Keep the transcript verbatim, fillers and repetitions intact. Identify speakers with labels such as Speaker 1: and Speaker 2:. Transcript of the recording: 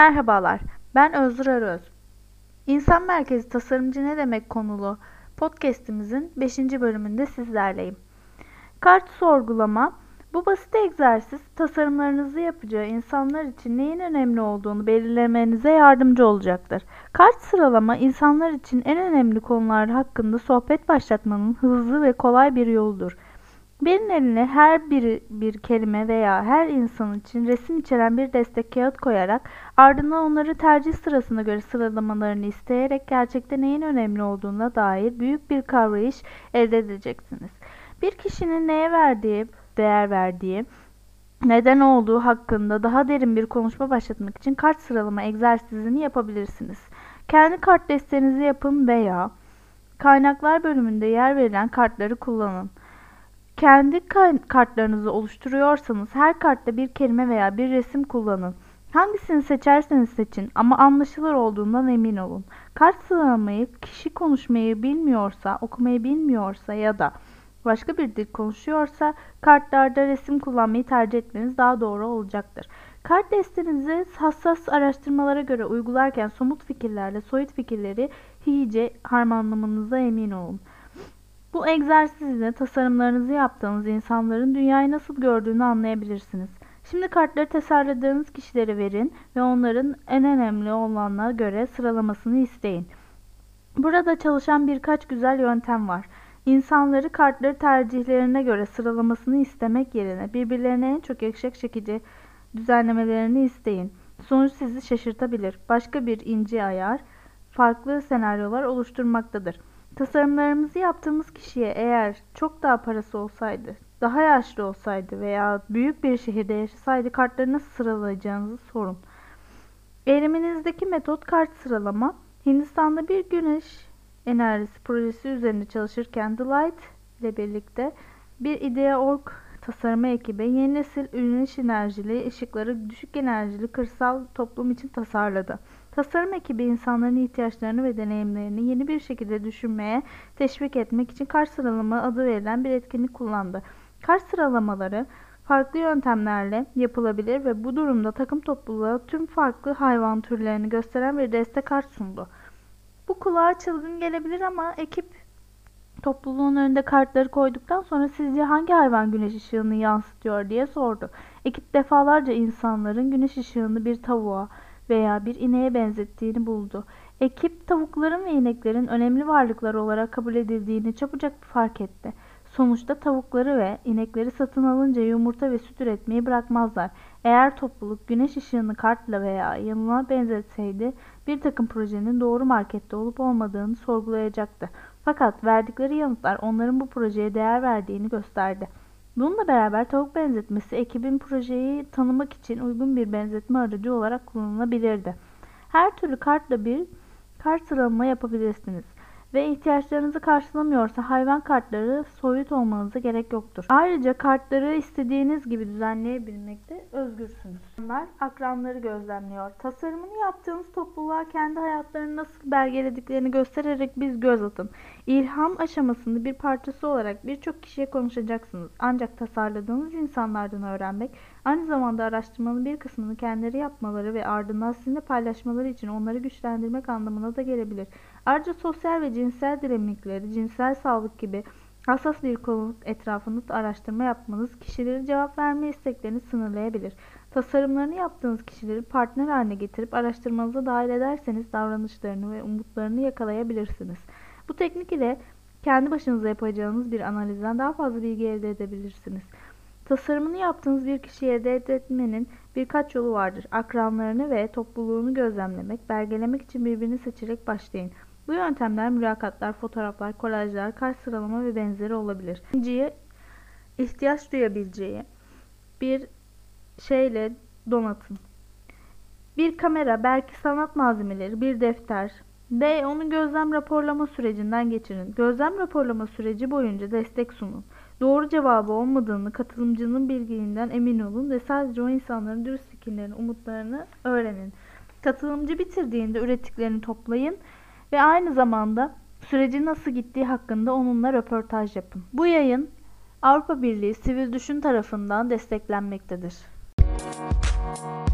Speaker 1: Merhabalar, ben Özgür Aröz. İnsan Merkezi Tasarımcı Ne Demek konulu podcast'imizin beşinci bölümünde sizlerleyim. Kart sorgulama, bu basit egzersiz tasarımlarınızı yapacağı insanlar için neyin önemli olduğunu belirlemenize yardımcı olacaktır. Kart sıralama, insanlar için en önemli konular hakkında sohbet başlatmanın hızlı ve kolay bir yoludur. Birinin eline her bir, bir kelime veya her insan için resim içeren bir destek kağıt koyarak ardından onları tercih sırasına göre sıralamalarını isteyerek gerçekte neyin önemli olduğuna dair büyük bir kavrayış elde edeceksiniz. Bir kişinin neye verdiği, değer verdiği, neden olduğu hakkında daha derin bir konuşma başlatmak için kart sıralama egzersizini yapabilirsiniz. Kendi kart destenizi yapın veya kaynaklar bölümünde yer verilen kartları kullanın. Kendi kartlarınızı oluşturuyorsanız her kartta bir kelime veya bir resim kullanın. Hangisini seçerseniz seçin ama anlaşılır olduğundan emin olun. Kart sıralamayı kişi konuşmayı bilmiyorsa, okumayı bilmiyorsa ya da başka bir dil konuşuyorsa kartlarda resim kullanmayı tercih etmeniz daha doğru olacaktır. Kart destenizi hassas araştırmalara göre uygularken somut fikirlerle soyut fikirleri iyice harmanlamanıza emin olun. Bu egzersizle tasarımlarınızı yaptığınız insanların dünyayı nasıl gördüğünü anlayabilirsiniz. Şimdi kartları tasarladığınız kişilere verin ve onların en önemli olanına göre sıralamasını isteyin. Burada çalışan birkaç güzel yöntem var. İnsanları kartları tercihlerine göre sıralamasını istemek yerine birbirlerine en çok yakışacak şekilde düzenlemelerini isteyin. Sonuç sizi şaşırtabilir. Başka bir ince ayar farklı senaryolar oluşturmaktadır. Tasarımlarımızı yaptığımız kişiye eğer çok daha parası olsaydı, daha yaşlı olsaydı veya büyük bir şehirde yaşasaydı kartları nasıl sıralayacağınızı sorun. Eğiliminizdeki metot kart sıralama, Hindistan'da bir güneş enerjisi projesi üzerinde çalışırken The Light ile birlikte bir idea nokta org tasarımı ekibi yeni nesil güneş enerjili ışıkları düşük enerjili kırsal toplum için tasarladı. Tasarım ekibi insanların ihtiyaçlarını ve deneyimlerini yeni bir şekilde düşünmeye teşvik etmek için kart sıralama adı verilen bir etkinlik kullandı. Kart sıralamaları farklı yöntemlerle yapılabilir ve bu durumda takım topluluğa tüm farklı hayvan türlerini gösteren bir destek kart sundu. Bu kulağa çılgın gelebilir ama ekip topluluğun önünde kartları koyduktan sonra sizce hangi hayvan güneş ışığını yansıtıyor diye sordu. Ekip defalarca insanların güneş ışığını bir tavuğa veya bir ineğe benzettiğini buldu. Ekip tavukların ve ineklerin önemli varlıklar olarak kabul edildiğini çabucak fark etti. Sonuçta tavukları ve inekleri satın alınca yumurta ve süt üretmeyi bırakmazlar. Eğer topluluk güneş ışığını kartla veya yanına benzetseydi bir takım projenin doğru markette olup olmadığını sorgulayacaktı. Fakat verdikleri yanıtlar onların bu projeye değer verdiğini gösterdi. Bununla beraber tavuk benzetmesi ekibin projeyi tanımak için uygun bir benzetme aracı olarak kullanılabilirdi. Her türlü kartla bir kart sıralama yapabilirsiniz ve ihtiyaçlarınızı karşılamıyorsa hayvan kartları soyut olmanıza gerek yoktur. Ayrıca kartları istediğiniz gibi düzenleyebilmekte özgürsünüz. Bunlar akranları gözlemliyor. Tasarımını yaptığınız topluluğa kendi hayatlarını nasıl belgelediklerini göstererek bir göz atın. İlham aşamasında bir parçası olarak birçok kişiye konuşacaksınız. Ancak tasarladığınız insanlardan öğrenmek, aynı zamanda araştırmanın bir kısmını kendileri yapmaları ve ardından sizinle paylaşmaları için onları güçlendirmek anlamına da gelebilir. Ayrıca sosyal ve cinsel dinamikleri, cinsel sağlık gibi hassas bir konu etrafında araştırma yapmanız kişilerin cevap verme isteklerini sınırlayabilir. Tasarımlarını yaptığınız kişileri partner haline getirip araştırmanıza dahil ederseniz davranışlarını ve umutlarını yakalayabilirsiniz. Bu teknik ile kendi başınıza yapacağınız bir analizden daha fazla bilgi elde edebilirsiniz. Tasarımını yaptığınız bir kişiyi elde etmenin birkaç yolu vardır. Akranlarını ve topluluğunu gözlemlemek, belgelemek için birbirini seçerek başlayın. Bu yöntemler mülakatlar, fotoğraflar, kolajlar, kart sıralama ve benzeri olabilir. İkinciyi ihtiyaç duyabileceği bir şeyle donatın. Bir kamera, belki sanat malzemeleri, bir defter ve onu gözlem raporlama sürecinden geçirin. Gözlem raporlama süreci boyunca destek sunun. Doğru cevabı olmadığını katılımcının bildiğinden emin olun ve sadece o insanların dürüst fikirlerini, umutlarını öğrenin. Katılımcı bitirdiğinde ürettiklerini toplayın ve aynı zamanda sürecin nasıl gittiği hakkında onunla röportaj yapın. Bu yayın Avrupa Birliği Sivil Düşün tarafından desteklenmektedir.